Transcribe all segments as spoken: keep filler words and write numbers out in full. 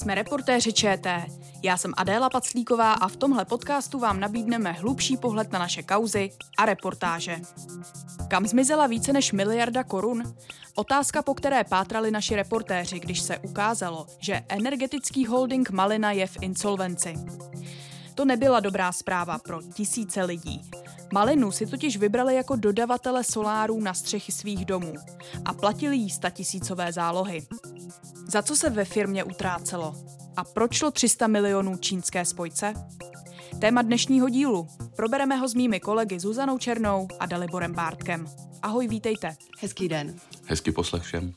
Jsme reportéři ČT. Já jsem Adéla Paclíková a v tomhle podcastu vám nabídneme hlubší pohled na naše kauzy a reportáže. Kam zmizela více než miliarda korun? Otázka, po které pátrali naši reportéři, když se ukázalo, že energetický holding Malina je v insolvenci. To nebyla dobrá zpráva pro tisíce lidí. Malinu si totiž vybrali jako dodavatele solárů na střechy svých domů a platili jí statisícové zálohy. Za co se ve firmě utrácelo? A proč šlo tři sta milionů čínské spojce? Téma dnešního dílu. Probereme ho s mými kolegy Zuzanou Černou a Daliborem Bártkem. Ahoj, vítejte. Hezký den. Hezký poslech všem.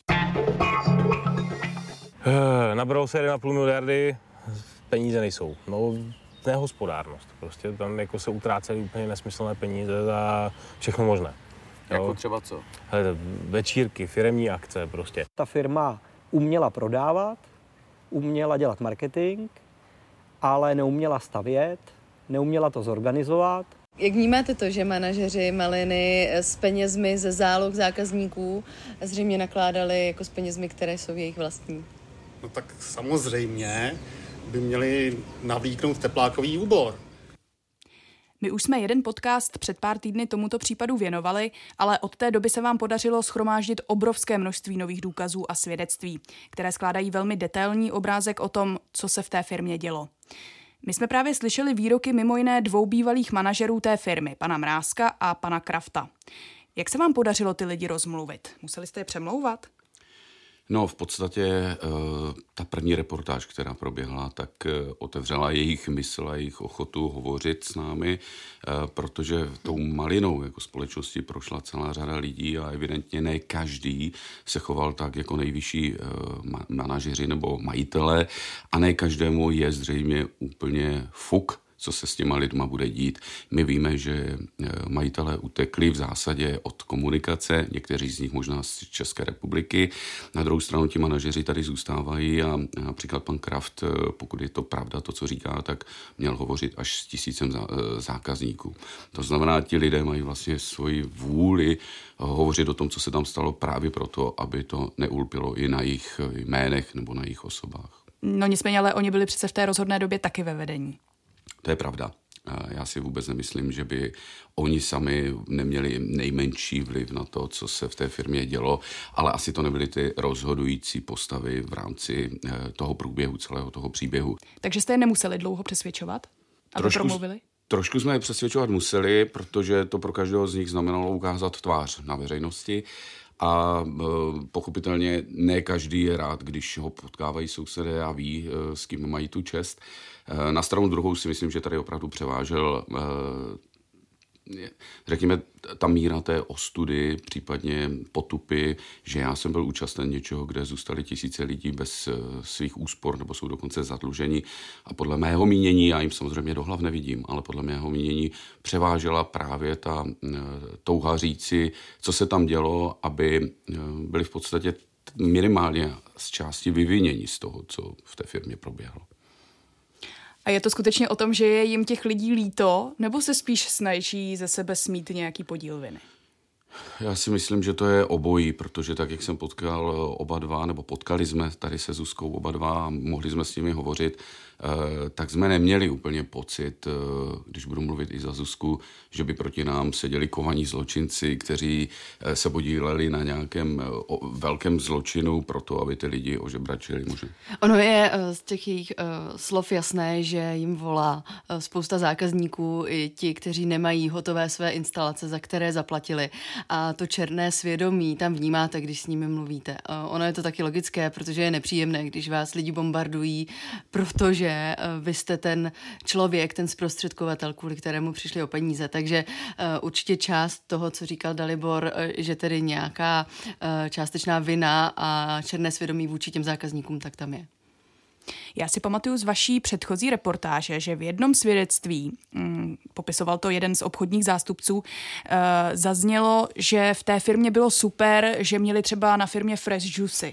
Nabralo se jedna celá pět miliardy, peníze nejsou. No, nehospodárnost. Prostě tam jako se utrácely úplně nesmyslné peníze za všechno možné. Jako jo? Třeba co? Hele, večírky, firemní akce prostě. Ta firma uměla prodávat, uměla dělat marketing, ale neuměla stavět, neuměla to zorganizovat. Jak vnímáte to, že manažeři Maliny s penězmi ze záloh zákazníků zřejmě nakládali jako s penězmi, které jsou jejich vlastní? No tak samozřejmě by měli navlíknout teplákový úbor. My už jsme jeden podcast před pár týdny tomuto případu věnovali, ale od té doby se vám podařilo shromáždit obrovské množství nových důkazů a svědectví, které skládají velmi detailní obrázek o tom, co se v té firmě dělo. My jsme právě slyšeli výroky mimo jiné dvou bývalých manažerů té firmy, pana Mrázka a pana Krafta. Jak se vám podařilo ty lidi rozmluvit? Museli jste je přemlouvat? No, v podstatě ta první reportáž, která proběhla, tak otevřela jejich mysl a jejich ochotu hovořit s námi, protože tou Malinou jako společnosti prošla celá řada lidí a evidentně ne každý se choval tak jako nejvyšší manažeři nebo majitele a ne každému je zřejmě úplně fuk, co se s těma lidma bude dít. My víme, že majitelé utekli v zásadě od komunikace, někteří z nich možná z České republiky. Na druhou stranu ti manažeři tady zůstávají a například pan Kraft, pokud je to pravda, to, co říká, tak měl hovořit až s tisícem zákazníků. To znamená, ti lidé mají vlastně svoji vůli hovořit o tom, co se tam stalo právě proto, aby to neulpilo i na jejich jménech nebo na jejich osobách. No nicméně, ale oni byli přece v té rozhodné době taky ve vedení. To je pravda. Já si vůbec nemyslím, že by oni sami neměli nejmenší vliv na to, co se v té firmě dělo, ale asi to nebyly ty rozhodující postavy v rámci toho průběhu, celého toho příběhu. Takže jste je nemuseli dlouho přesvědčovat, aby trošku, promluvili? Trošku jsme je přesvědčovat museli, protože to pro každého z nich znamenalo ukázat tvář na veřejnosti. A pochopitelně ne každý je rád, když ho potkávají sousedé a ví, s kým mají tu čest. Na stranu druhou si myslím, že tady opravdu převážel, řekněme, ta míra té ostudy, případně potupy, že já jsem byl účasten něčeho, kde zůstali tisíce lidí bez svých úspor nebo jsou dokonce zadluženi. A podle mého mínění, já jim samozřejmě do hlav nevidím, ale podle mého mínění převážela právě ta touha říci, co se tam dělo, aby byli v podstatě minimálně z části vyviněni z toho, co v té firmě proběhlo. A je to skutečně o tom, že je jim těch lidí líto, nebo se spíš snaží ze sebe smít nějaký podíl viny? Já si myslím, že to je obojí, protože tak, jak jsem potkal oba dva, nebo potkali jsme tady se Zuzkou oba dva a mohli jsme s nimi hovořit, tak jsme neměli úplně pocit, když budu mluvit i za Zuzku, že by proti nám seděli kovaní zločinci, kteří se podíleli na nějakém velkém zločinu pro to, aby ty lidi ožebračili možná. Ono je z těch jejich slov jasné, že jim volá spousta zákazníků, i ti, kteří nemají hotové své instalace, za které zaplatili. A to černé svědomí tam vnímáte, když s nimi mluvíte. Ono je to taky logické, protože je nepříjemné, když vás lidi bombardují, protože vy jste ten člověk, ten zprostředkovatel, kvůli kterému přišli o peníze. Takže uh, určitě část toho, co říkal Dalibor, uh, že tedy nějaká uh, částečná vina a černé svědomí vůči těm zákazníkům, tak tam je. Já si pamatuju z vaší předchozí reportáže, že v jednom svědectví, hm, popisoval to jeden z obchodních zástupců, eh, zaznělo, že v té firmě bylo super, že měli třeba na firmě fresh juicy.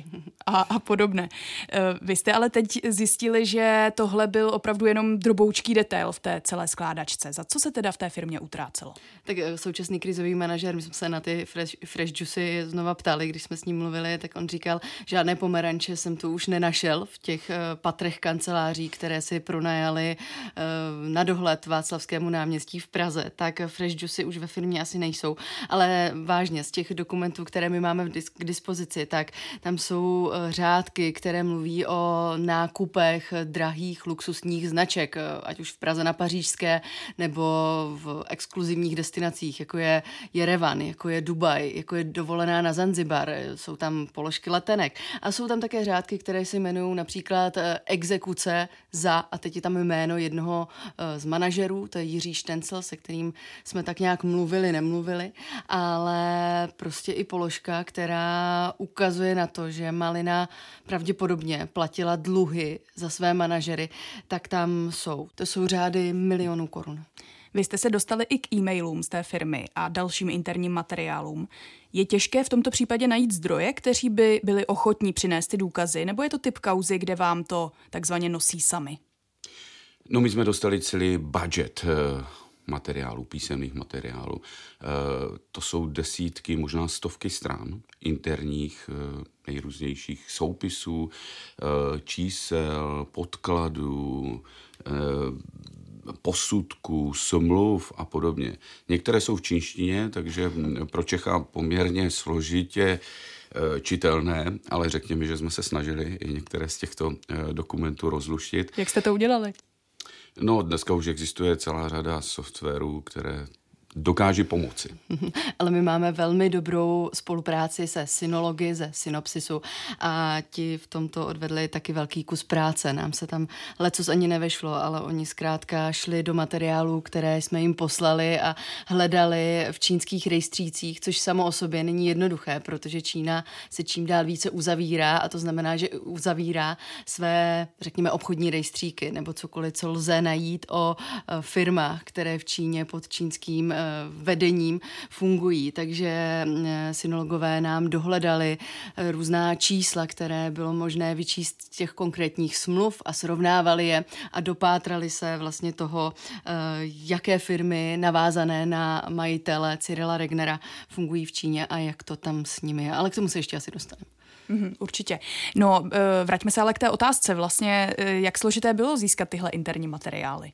a, a podobné. Vy jste ale teď zjistili, že tohle byl opravdu jenom droboučký detail v té celé skládačce. Za co se teda v té firmě utrácelo? Tak současný krizový manažer, my jsme se na ty fresh, fresh juicy znova ptali, když jsme s ním mluvili, tak on říkal, žádné pomeranče jsem tu už nenašel v těch patrech kanceláří, které si pronajali na dohled Václavskému náměstí v Praze, tak fresh juicy už ve firmě asi nejsou. Ale vážně, z těch dokumentů, které my máme k dispozici, tak tam jsou řádky, které mluví o nákupech drahých luxusních značek, ať už v Praze na Pařížské, nebo v exkluzivních destinacích, jako je Jerevan, jako je Dubaj, jako je dovolená na Zanzibar, jsou tam položky letenek. A jsou tam také řádky, které se jmenují například exekuce za, a teď je tam jméno jednoho z manažerů, to je Jiří Štencel, se kterým jsme tak nějak mluvili, nemluvili, ale prostě i položka, která ukazuje na to, že Malina pravděpodobně platila dluhy za své manažery, tak tam jsou. To jsou řády milionů korun. Vy jste se dostali i k e-mailům z té firmy a dalším interním materiálům. Je těžké v tomto případě najít zdroje, kteří by byli ochotní přinést ty důkazy, nebo je to typ kauzy, kde vám to takzvaně nosí sami? No, my jsme dostali celý budget materiálů, písemných materiálů. To jsou desítky, možná stovky stran interních nejrůznějších soupisů, čísel, podkladů, posudků, smluv a podobně. Některé jsou v čínštině, takže pro Čecha poměrně složitě čitelné, ale řekněme, že jsme se snažili i některé z těchto dokumentů rozluštit. Jak jste to udělali? No, dneska už existuje celá řada softwarů, které dokáže pomoci. Ale my máme velmi dobrou spolupráci se synology ze Synopsisu a ti v tomto odvedli taky velký kus práce. Nám se tam lecos ani nevešlo, ale oni zkrátka šli do materiálů, které jsme jim poslali a hledali v čínských rejstřících, což samo o sobě není jednoduché, protože Čína se čím dál více uzavírá a to znamená, že uzavírá své, řekněme, obchodní rejstříky nebo cokoliv, co lze najít o firmách, které v Číně pod čínským vedením fungují. Takže synologové nám dohledali různá čísla, které bylo možné vyčíst z těch konkrétních smluv a srovnávali je a dopátrali se vlastně toho, jaké firmy navázané na majitele Cyrila Regnera fungují v Číně a jak to tam s nimi je. Ale k tomu se ještě asi dostaneme. Mm, určitě. No, vraťme se ale k té otázce. Vlastně, jak složité bylo získat tyhle interní materiály?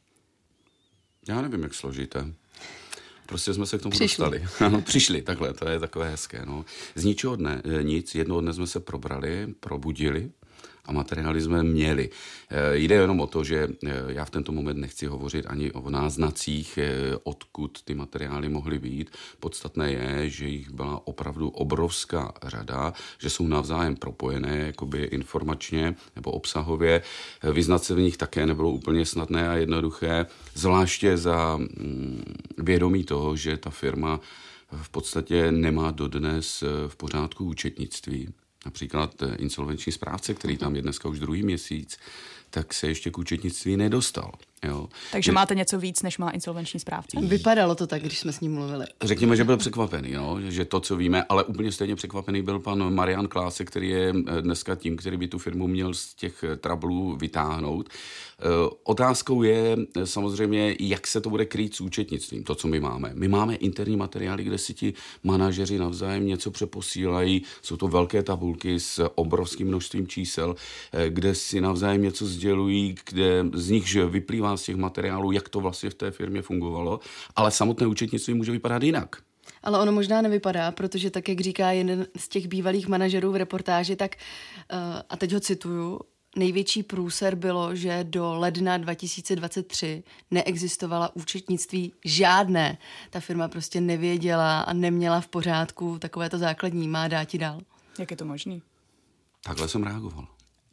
Já nevím, jak složité. Prostě jsme se k tomu Přišli. dostali. Ano, přišli, takhle, to je takové hezké. No. Z ničeho dne, nic, jednoho dne jsme se probrali, probudili a materiály jsme měli. E, jde jenom o to, že já v tento moment nechci hovořit ani o náznacích, e, odkud ty materiály mohly být. Podstatné je, že jich byla opravdu obrovská řada, že jsou navzájem propojené jakoby informačně nebo obsahově. E, vyznat se v nich také nebylo úplně snadné a jednoduché, zvláště za mm, vědomí toho, že ta firma v podstatě nemá dodnes v pořádku účetnictví. Například insolvenční správce, který tam je dneska už druhý měsíc, tak se ještě k účetnictví nedostal. Jo. Takže je, máte něco víc, než má insolvenční správce? Vypadalo to tak, když jsme s ním mluvili. Řekněme, že byl překvapený, no, že to, co víme, ale úplně stejně překvapený byl pan Marian Klásek, který je dneska tím, který by tu firmu měl z těch trablů vytáhnout. Otázkou je samozřejmě, jak se to bude krýt s účetnictvím, to, co my máme. My máme interní materiály, kde si ti manažeři navzájem něco přeposílají, jsou to velké tabulky s obrovským množstvím čísel, kde si navzájem něco sdělují, kde z nich vyplývá z těch materiálů, jak to vlastně v té firmě fungovalo, ale samotné účetnictví může vypadat jinak. Ale ono možná nevypadá, protože tak, jak říká jeden z těch bývalých manažerů v reportáži, tak, a teď ho cituju, největší průser bylo, že do ledna dva tisíce dvacet tři neexistovala účetnictví žádné. Ta firma prostě nevěděla a neměla v pořádku takovéto základní, má dáti dál. Jak je to možný? Takhle jsem reagoval.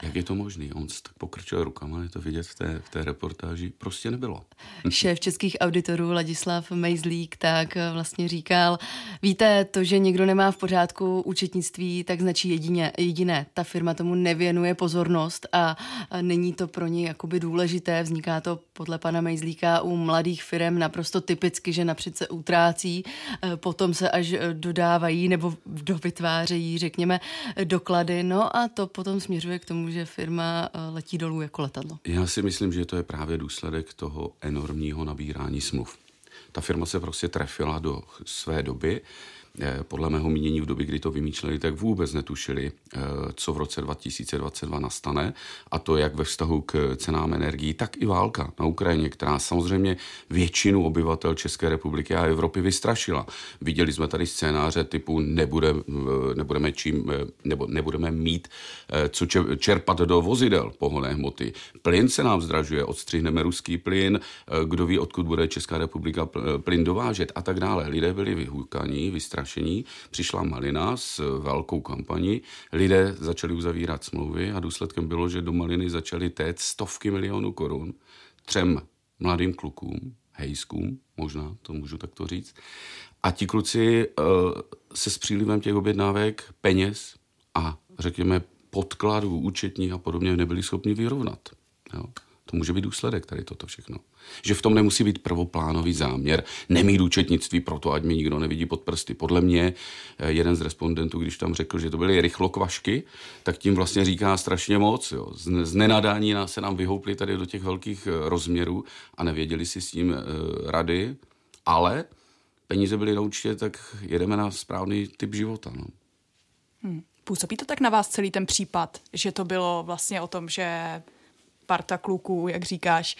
Jak je to možný? On tak pokrčil rukama, je to vidět v té, v té reportáži, prostě nebylo. Šéf českých auditorů Ladislav Mejzlík tak vlastně říkal, víte, to, že někdo nemá v pořádku účetnictví, tak značí jedině, jediné. Ta firma tomu nevěnuje pozornost a není to pro něj jakoby důležité. Vzniká to podle pana Mejzlíka u mladých firem naprosto typicky, že napřed se utrácí, potom se až dodávají nebo dovytvářejí, řekněme, doklady, no a to potom směřuje k tomu, že firma letí dolů jako letadlo. Já si myslím, že to je právě důsledek toho enormního nabírání smluv. Ta firma se prostě trefila do své doby. Podle mého mínění v době, kdy to vymýšleli, tak vůbec netušili, co v roce dva tisíce dvacet dva nastane, a to jak ve vztahu k cenám energií, tak i válka na Ukrajině, která samozřejmě většinu obyvatel České republiky a Evropy vystrašila. Viděli jsme tady scénáře typu nebude, nebudeme, čím, nebo nebudeme mít co čerpat do vozidel pohonné hmoty. Plyn se nám zdražuje, odstřihneme ruský plyn, kdo ví, odkud bude Česká republika plyn dovážet a tak dále. Lidé byli vyhukaní, vystrašení. Přišla malina s velkou kampaní, lidé začali uzavírat smlouvy a důsledkem bylo, že do maliny začaly téct stovky milionů korun třem mladým klukům, hejskům, možná to můžu takto říct. A ti kluci uh, se s přílivem těch objednávek, peněz a řekněme podkladů účetních a podobně nebyli schopni vyrovnat. Jo. To může být důsledek tady toto všechno. Že v tom nemusí být prvoplánový záměr, nemít účetnictví proto, ať mi nikdo nevidí pod prsty. Podle mě jeden z respondentů, když tam řekl, že to byly rychlokvašky, tak tím vlastně říká strašně moc. Jo. Z nenadání nás se nám vyhoupli tady do těch velkých rozměrů a nevěděli si s tím rady, ale peníze byly na účtě, tak jedeme na správný typ života. No. Hmm. Působí to tak na vás celý ten případ, že to bylo vlastně o tom, že parta kluků, jak říkáš,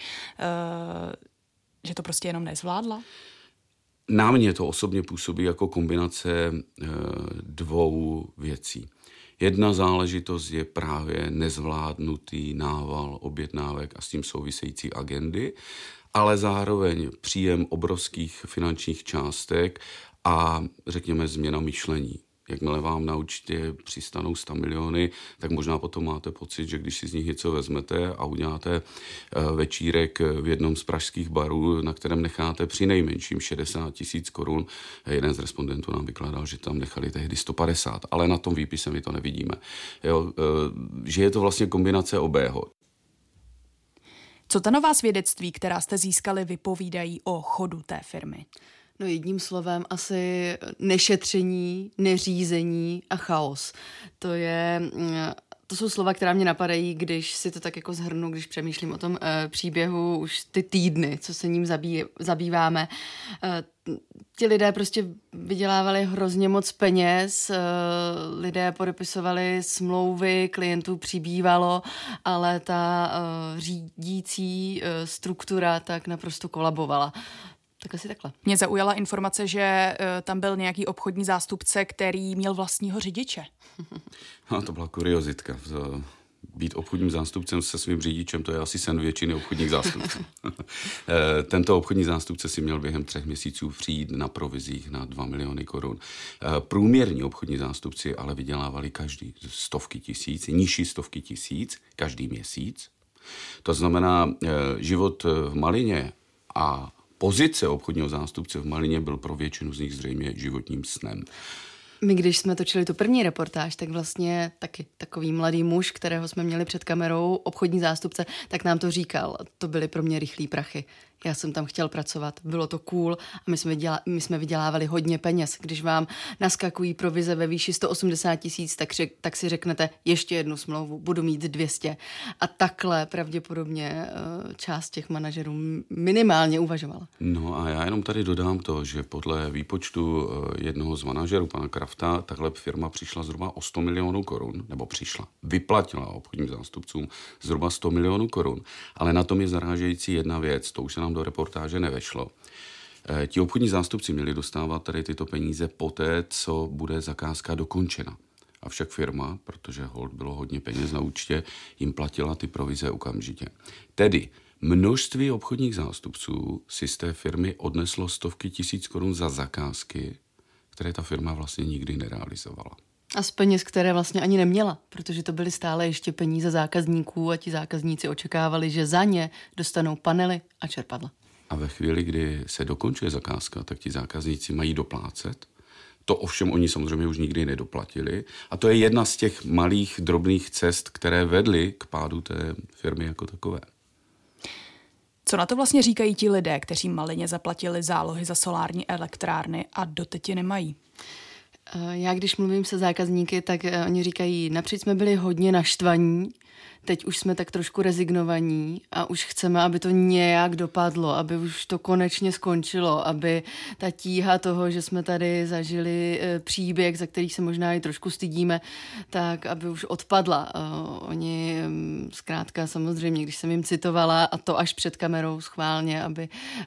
uh, že to prostě jenom nezvládla? Na mě to osobně působí jako kombinace uh, dvou věcí. Jedna záležitost je právě nezvládnutý nával objednávek a s tím související agendy, ale zároveň příjem obrovských finančních částek a řekněme změna myšlení. Jakmile vám na účtě přistanou sto miliony, tak možná potom máte pocit, že když si z nich něco vezmete a uděláte večírek v jednom z pražských barů, na kterém necháte při nejmenším šedesát tisíc korun. Jeden z respondentů nám vykládal, že tam nechali tehdy sto padesát, ale na tom výpise my to nevidíme. Jo, že je to vlastně kombinace obého. Co ta nová svědectví, která jste získali, vypovídají o chodu té firmy? No jedním slovem asi nešetření, neřízení a chaos. To je, to jsou slova, která mě napadají, když si to tak jako zhrnu, když přemýšlím o tom e, příběhu už ty týdny, co se ním zabí, zabýváme. E, ti lidé prostě vydělávali hrozně moc peněz, e, lidé podepisovali smlouvy, klientů přibývalo, ale ta e, řídící e, struktura tak naprosto kolabovala. Tak asi takhle. Mě zaujala informace, že uh, tam byl nějaký obchodní zástupce, který měl vlastního řidiče. No, to byla kuriozitka. Být obchodním zástupcem se svým řidičem, to je asi sen většiny obchodních zástupců. Tento obchodní zástupce si měl během třech měsíců přijít na provizích na dva miliony korun. Průměrní obchodní zástupci ale vydělávali každý stovky tisíc, nižší stovky tisíc každý měsíc. To znamená, život v malině a pozice obchodního zástupce v malině byl pro většinu z nich zřejmě životním snem. My, když jsme točili tu první reportáž, tak vlastně taky takový mladý muž, kterého jsme měli před kamerou, obchodní zástupce, tak nám to říkal. To byly pro mě rychlý prachy. Já jsem tam chtěl pracovat, bylo to cool a my jsme, děla, my jsme vydělávali hodně peněz. Když vám naskakují provize ve výši sto osmdesát tisíc, tak, řek, tak si řeknete ještě jednu smlouvu, budu mít dvě stě. A takhle pravděpodobně část těch manažerů minimálně uvažovala. No a já jenom tady dodám to, že podle výpočtu jednoho z manažerů, pana Krafta, tahle firma přišla zhruba o sto milionů korun, nebo přišla, vyplatila obchodním zástupcům zhruba sto milionů korun. Ale na tom je zarážející jedna věc, to už se nám do reportáže nevešlo. E, ti obchodní zástupci měli dostávat tady tyto peníze poté, co bude zakázka dokončena. Avšak firma, protože hold bylo hodně peněz na účtě, jim platila ty provize okamžitě. Tedy množství obchodních zástupců si z té firmy odneslo stovky tisíc korun za zakázky, které ta firma vlastně nikdy nerealizovala. A z peněz, které vlastně ani neměla, protože to byly stále ještě peníze zákazníků a ti zákazníci očekávali, že za ně dostanou panely a čerpadla. A ve chvíli, kdy se dokončuje zakázka, tak ti zákazníci mají doplácet. To ovšem oni samozřejmě už nikdy nedoplatili. A to je jedna z těch malých, drobných cest, které vedly k pádu té firmy jako takové. Co na to vlastně říkají ti lidé, kteří Malině zaplatili zálohy za solární elektrárny a doteď je nemají? Já když mluvím se zákazníky, tak oni říkají, napříč jsme byli hodně naštvaní, teď už jsme tak trošku rezignovaní a už chceme, aby to nějak dopadlo, aby už to konečně skončilo, aby ta tíha toho, že jsme tady zažili příběh, za který se možná i trošku stydíme, tak aby už odpadla. Oni zkrátka samozřejmě, když jsem jim citovala, a to až před kamerou schválně, aby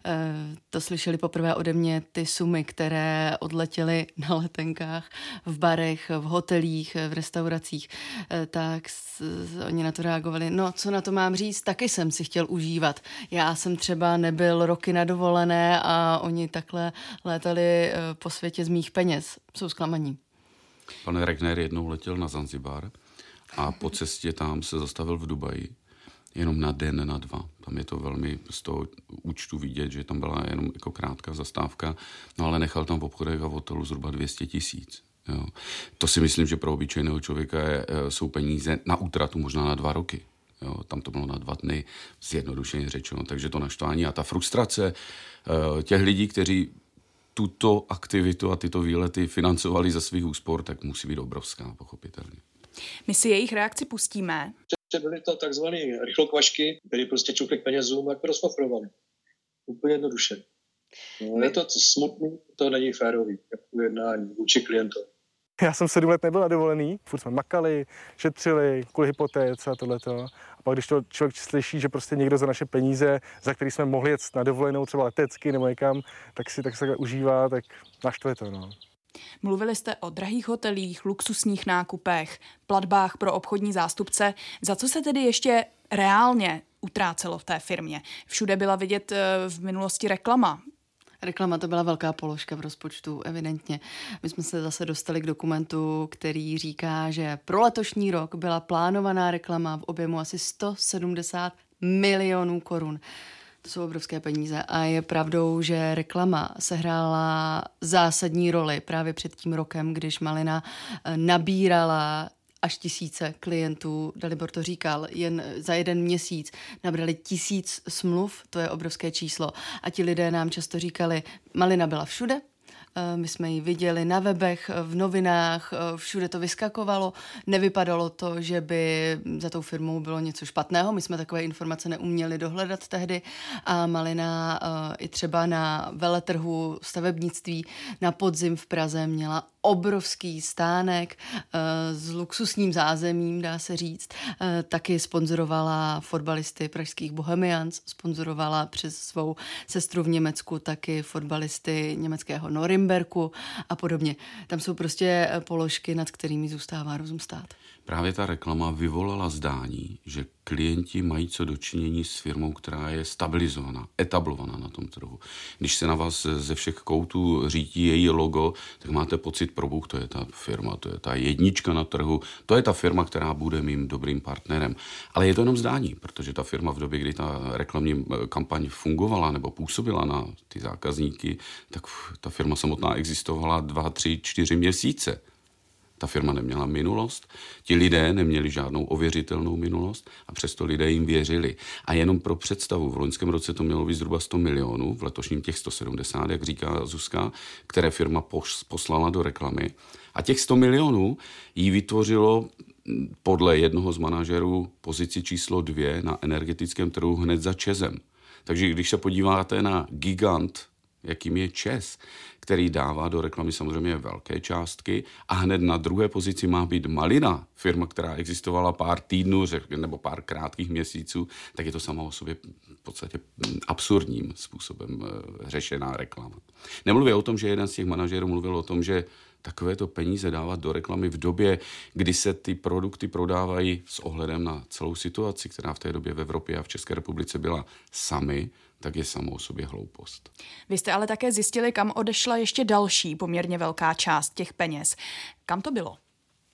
to slyšeli poprvé ode mě, ty sumy, které odletěly na letenkách, v barech, v hotelích, v restauracích, tak oni na to reagovali, no co na to mám říct, taky jsem si chtěl užívat. Já jsem třeba nebyl roky na dovolené a oni takhle létali po světě z mých peněz. Jsou zklamaní. Pan Regner jednou letěl na Zanzibar a po cestě tam se zastavil v Dubaji. Jenom na den, na dva. Tam je to velmi z toho účtu vidět, že tam byla jenom jako krátká zastávka, no ale nechal tam v obchodech a v hotelu zhruba dvě stě tisíc. Jo. To si myslím, že pro obyčejného člověka je, jsou peníze na útratu možná na dva roky. Jo. Tam to bylo na dva dny, zjednodušeně řečeno. Takže to naštvání a ta frustrace těch lidí, kteří tuto aktivitu a tyto výlety financovali ze svých úspor, tak musí být obrovská, pochopitelně. My si jejich reakci pustíme. Byly to takzvané rychlokvašky, které prostě čukli k penězům, jak rozpafrovali. Úplně jednoduše. No, je to smutný, to není férový, jako ujednání vůči klientovi. Já jsem sedm let nebyl na dovolený, furt jsme makali, šetřili, kvůli hypotéce a tohleto. A pak když to člověk slyší, že prostě někdo za naše peníze, za který jsme mohli jet na dovolenou, třeba letecky nebo někam, tak si tak se užívá, tak naštve to, no. Mluvili jste o drahých hotelích, luxusních nákupech, platbách pro obchodní zástupce. Za co se tedy ještě reálně utrácelo v té firmě? Všude byla vidět v minulosti reklama. Reklama to byla velká položka v rozpočtu, evidentně. My jsme se zase dostali k dokumentu, který říká, že pro letošní rok byla plánovaná reklama v objemu asi sto sedmdesát milionů korun. To jsou obrovské peníze a je pravdou, že reklama sehrála zásadní roli právě před tím rokem, když Malina nabírala až tisíce klientů, Dalibor to říkal, jen za jeden měsíc nabrali tisíc smluv, to je obrovské číslo. A ti lidé nám často říkali, Malina byla všude, my jsme ji viděli na webech, v novinách, všude to vyskakovalo. Nevypadalo to, že by za tou firmou bylo něco špatného. My jsme takové informace neuměli dohledat tehdy a Malina i třeba na veletrhu stavebnictví na podzim v Praze měla obrovský stánek s luxusním zázemím, dá se říct. Taky sponzorovala fotbalisty pražských Bohemians, sponzorovala přes svou sestru v Německu taky fotbalisty německého Norimberku a podobně. Tam jsou prostě položky, nad kterými zůstává rozum stát. Právě ta reklama vyvolala zdání, že klienti mají co dočinění s firmou, která je stabilizovaná, etablovaná na tom trhu. Když se na vás ze všech koutů řítí její logo, tak máte pocit, probůh, to je ta firma, to je ta jednička na trhu, to je ta firma, která bude mým dobrým partnerem. Ale je to jenom zdání, protože ta firma v době, kdy ta reklamní kampaň fungovala nebo působila na ty zákazníky, tak ta firma samotná existovala dva, tři, čtyři měsíce. Ta firma neměla minulost, ti lidé neměli žádnou ověřitelnou minulost a přesto lidé jim věřili. A jenom pro představu, v loňském roce to mělo být zhruba sto milionů, v letošním těch sto sedmdesát, jak říká Zuzka, které firma poslala do reklamy. A těch sto milionů jí vytvořilo podle jednoho z manažerů pozici číslo dvě na energetickém trhu hned za ČEZem. Takže když se podíváte na gigant, jakým je ČEZ, který dává do reklamy samozřejmě velké částky a hned na druhé pozici má být Malina, firma, která existovala pár týdnů nebo pár krátkých měsíců, tak je to sama o sobě v podstatě absurdním způsobem řešená reklama. Nemluví o tom, že jeden z těch manažerů mluvil o tom, že takovéto peníze dávat do reklamy v době, kdy se ty produkty prodávají s ohledem na celou situaci, která v té době v Evropě a v České republice byla sami, tak je samo o sobě hloupost. Vy jste ale také zjistili, kam odešla ještě další poměrně velká část těch peněz. Kam to bylo?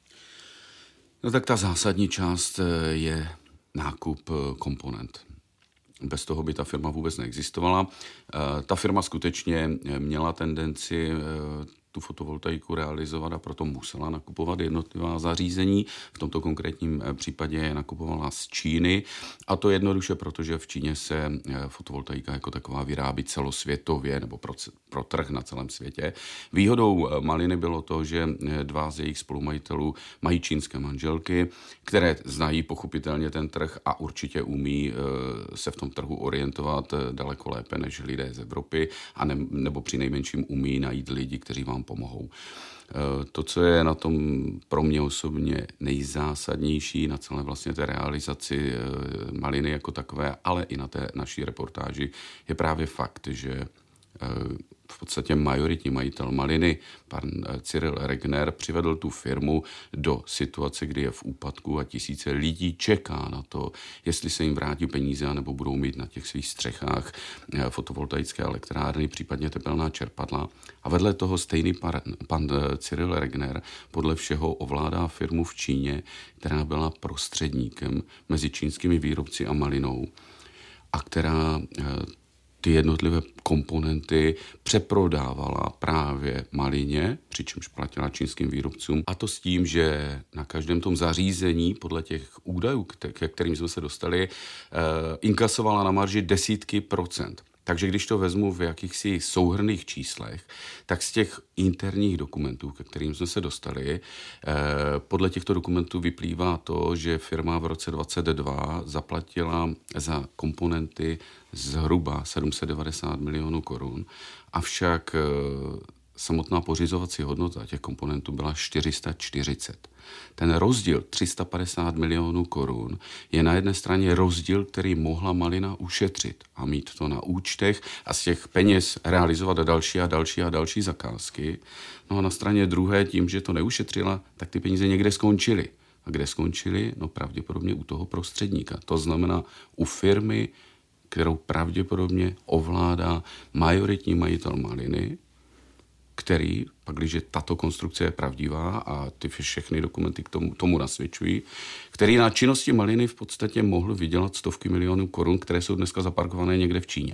No tak ta zásadní část je nákup komponent. Bez toho by ta firma vůbec neexistovala. Ta firma skutečně měla tendenci tu fotovoltaiku realizovat a proto musela nakupovat jednotlivá zařízení. V tomto konkrétním případě je nakupovala z Číny a to jednoduše, protože v Číně se fotovoltaika jako taková vyrábí celosvětově nebo pro, pro trh na celém světě. Výhodou maliny bylo to, že dva z jejich spolumajitelů mají čínské manželky, které znají pochopitelně ten trh a určitě umí se v tom trhu orientovat daleko lépe než lidé z Evropy a ne, nebo přinejmenším umí najít lidi, kteří vám pomohou. To, co je na tom pro mě osobně nejzásadnější na celé vlastně té realizaci maliny jako takové, ale i na té naší reportáži, je právě fakt, že v podstatě majoritní majitel maliny, pan Cyril Regner, přivedl tu firmu do situace, kdy je v úpadku a tisíce lidí čeká na to, jestli se jim vrátí peníze, anebo budou mít na těch svých střechách fotovoltaické elektrárny, případně tepelná čerpadla. A vedle toho stejný pan, pan Cyril Regner podle všeho ovládá firmu v Číně, která byla prostředníkem mezi čínskými výrobci a malinou a která ty jednotlivé komponenty přeprodávala právě malině, přičemž platila čínským výrobcům. A to s tím, že na každém tom zařízení, podle těch údajů, ke kterým jsme se dostali, eh, inkasovala na marži desítky procent. Takže když to vezmu v jakýchsi souhrnných číslech, tak z těch interních dokumentů, ke kterým jsme se dostali, eh, podle těchto dokumentů vyplývá to, že firma v roce dvacet dva zaplatila za komponenty zhruba sedm set devadesát milionů korun, avšak eh, samotná pořizovací hodnota těch komponentů byla čtyři sta čtyřicet. Ten rozdíl tři sta padesát milionů korun je na jedné straně rozdíl, který mohla malina ušetřit a mít to na účtech a z těch peněz realizovat další a další a další zakázky. No a na straně druhé tím, že to neušetřila, tak ty peníze někde skončily. A kde skončily? No pravděpodobně u toho prostředníka. To znamená u firmy, kterou pravděpodobně ovládá majoritní majitel maliny, který, pak když tato konstrukce je pravdivá a ty všechny dokumenty k tomu, tomu nasvědčují, který na činnosti maliny v podstatě mohl vydělat stovky milionů korun, které jsou dneska zaparkované někde v Číně.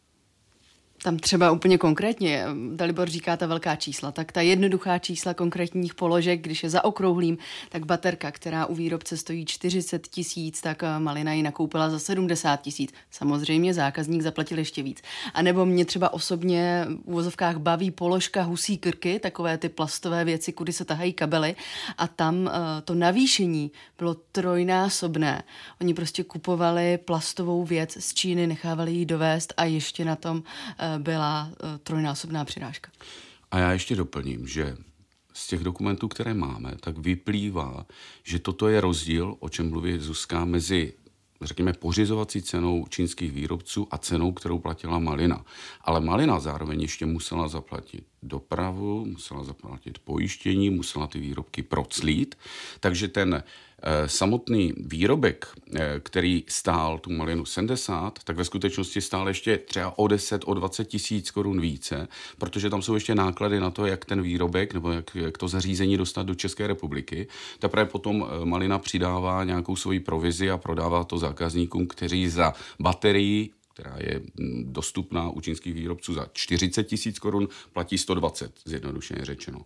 Tam třeba úplně konkrétně, Dalibor říká ta velká čísla, tak ta jednoduchá čísla konkrétních položek, když je zaokrouhlím, tak baterka, která u výrobce stojí čtyřicet tisíc, tak malina ji nakoupila za sedmdesát tisíc. Samozřejmě zákazník zaplatil ještě víc. A nebo mě třeba osobně v uvozovkách baví položka husí krky, takové ty plastové věci, kudy se tahají kabely a tam to navýšení bylo trojnásobné. Oni prostě kupovali plastovou věc z Číny, nechávali ji dovést a ještě na tom byla trojnásobná přirážka. A já ještě doplním, že z těch dokumentů, které máme, tak vyplývá, že toto je rozdíl, o čem mluví Zuzka, mezi, řekněme, pořizovací cenou čínských výrobců a cenou, kterou platila malina. Ale malina zároveň ještě musela zaplatit dopravu, musela zaplatit pojištění, musela ty výrobky proclít, takže ten eh, samotný výrobek, eh, který stál tu malinu sedmdesát, tak ve skutečnosti stál ještě třeba o deset, o dvacet tisíc korun více, protože tam jsou ještě náklady na to, jak ten výrobek nebo jak, jak to zařízení dostat do České republiky. Teprve potom eh, malina přidává nějakou svoji provizi a prodává to zákazníkům, kteří za baterii, která je dostupná u čínských výrobců za čtyřicet tisíc korun, platí sto dvacet, zjednodušeně řečeno.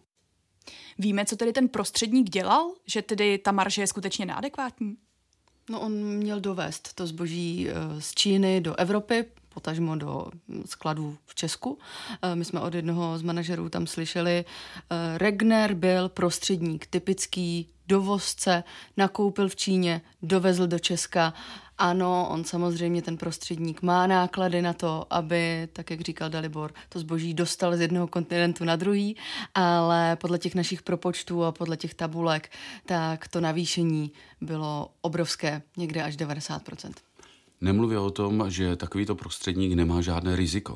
Víme, co tedy ten prostředník dělal? Že tedy ta marže je skutečně neadekvátní? No on měl dovést to zboží z Číny do Evropy, potažmo do skladů v Česku. My jsme od jednoho z manažerů tam slyšeli, Regner byl prostředník, typický dovozce, nakoupil v Číně, dovezl do Česka. Ano, on samozřejmě, ten prostředník, má náklady na to, aby, tak jak říkal Dalibor, to zboží dostal z jednoho kontinentu na druhý, ale podle těch našich propočtů a podle těch tabulek, tak to navýšení bylo obrovské, někde až devadesát procent. Nemluvě o tom, že takovýto prostředník nemá žádné riziko.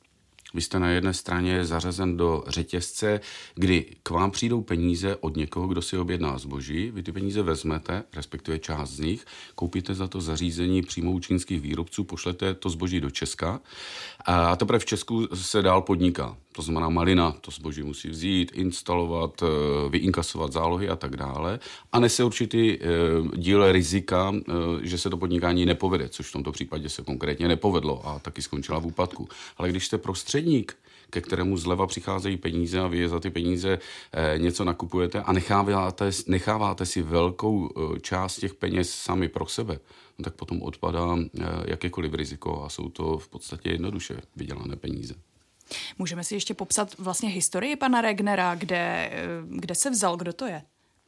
Vy jste na jedné straně zařazen do řetězce, kdy k vám přijdou peníze od někoho, kdo si objedná zboží, vy ty peníze vezmete, respektive část z nich, koupíte za to zařízení přímo u čínských výrobců, pošlete to zboží do Česka a teprve v Česku se dál podniká. To znamená malina, to zboží musí vzít, instalovat, vyinkasovat zálohy a tak dále. A nese určitý díl rizika, že se to podnikání nepovede, což v tomto případě se konkrétně nepovedlo a taky skončila v úpadku. Ale když jste prostředník, ke kterému zleva přicházejí peníze a vy za ty peníze něco nakupujete a necháváte, necháváte si velkou část těch peněz sami pro sebe, no tak potom odpadá jakékoliv riziko a jsou to v podstatě jednoduše vydělané peníze. Můžeme si ještě popsat vlastně historii pana Regnera, kde, kde se vzal, kdo to je?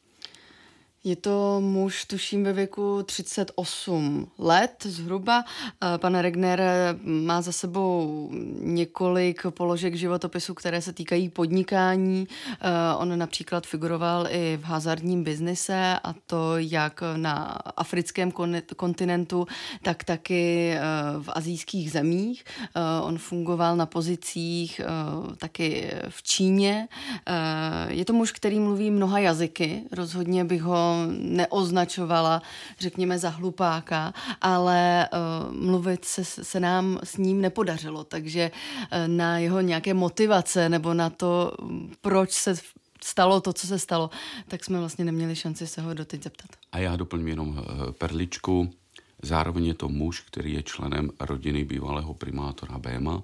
Je to muž, tuším, ve věku třicet osm let zhruba. Pan Regner má za sebou několik položek životopisu, které se týkají podnikání. On například figuroval i v hazardním biznise, a to jak na africkém kontinentu, tak taky v asijských zemích. On fungoval na pozicích taky v Číně. Je to muž, který mluví mnoha jazyky. Rozhodně bych ho neoznačovala, řekněme, za hlupáka, ale uh, mluvit se, se nám s ním nepodařilo, takže uh, na jeho nějaké motivace nebo na to, proč se stalo to, co se stalo, tak jsme vlastně neměli šanci se ho doteď zeptat. A já doplním jenom perličku. Zároveň je to muž, který je členem rodiny bývalého primátora Béma.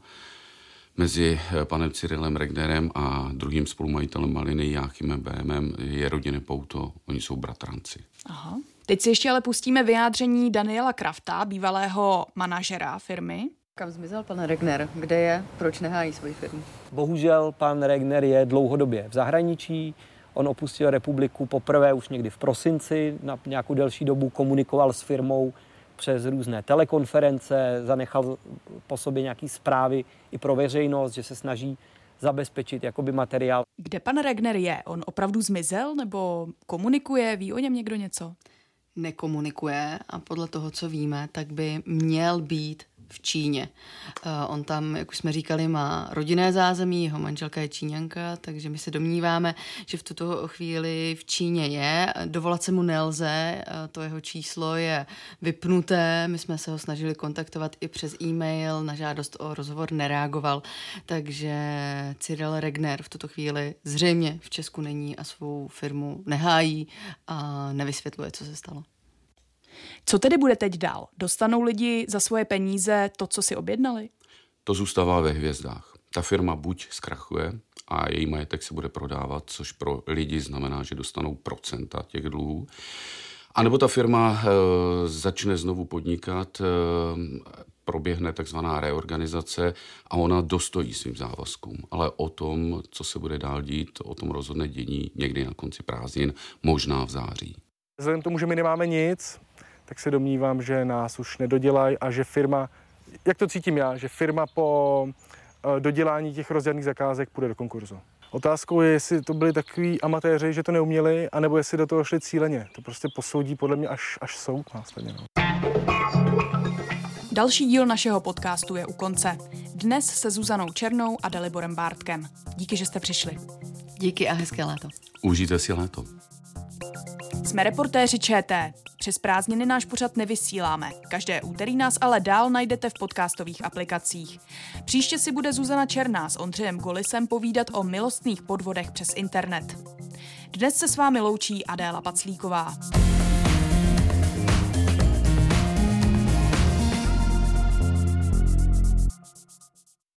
Mezi panem Cyrilem Regnerem a druhým spolumajitelem maliny Jáchymem Bémem je rodinné pouto. Oni jsou bratranci. Aha. Teď si ještě ale pustíme vyjádření Daniela Krafta, bývalého manažera firmy. Kam zmizel pan Regner? Kde je? Proč nehájí svoji firmu? Bohužel pan Regner je dlouhodobě v zahraničí. On opustil republiku poprvé už někdy v prosinci, na nějakou delší dobu komunikoval s firmou přes různé telekonference, zanechal po sobě nějaký zprávy i pro veřejnost, že se snaží zabezpečit jakoby materiál. Kde pan Regner je? On opravdu zmizel nebo komunikuje? Ví o něm někdo něco? Nekomunikuje a podle toho, co víme, tak by měl být v Číně. Uh, on tam, jak už jsme říkali, má rodinné zázemí, jeho manželka je Číňanka, takže my se domníváme, že v tuto chvíli v Číně je. Dovolat se mu nelze, uh, to jeho číslo je vypnuté, my jsme se ho snažili kontaktovat i přes e-mail, na žádost o rozhovor nereagoval, takže Cyril Regner v tuto chvíli zřejmě v Česku není a svou firmu nehájí a nevysvětluje, co se stalo. Co tedy bude teď dál? Dostanou lidi za svoje peníze to, co si objednali? To zůstává ve hvězdách. Ta firma buď zkrachuje a její majetek se bude prodávat, což pro lidi znamená, že dostanou procenta těch dluhů, anebo ta firma e, začne znovu podnikat, e, proběhne takzvaná reorganizace a ona dostojí svým závazkům. Ale o tom, co se bude dál dít, o tom rozhodne dění někdy na konci prázdnin, možná v září. Vzhledem k tomu, že my nemáme nic, tak se domnívám, že nás už nedodělají a že firma, jak to cítím já, že firma po dodělání těch rozdělených zakázek půjde do konkurzu. Otázkou je, jestli to byli takový amatéři, že to neuměli, anebo jestli do toho šli cíleně. To prostě posoudí podle mě až, až soud následně. No. Další díl našeho podcastu je u konce. Dnes se Zuzanou Černou a Daliborem Bártkem. Díky, že jste přišli. Díky a hezké léto. Užijte si léto. Jsme reportéři ČT. Přes prázdniny náš pořad nevysíláme. Každé úterý nás ale dál najdete v podcastových aplikacích. Příště si bude Zuzana Černá s Ondřejem Golisem povídat o milostných podvodech přes internet. Dnes se s vámi loučí Adéla Paclíková.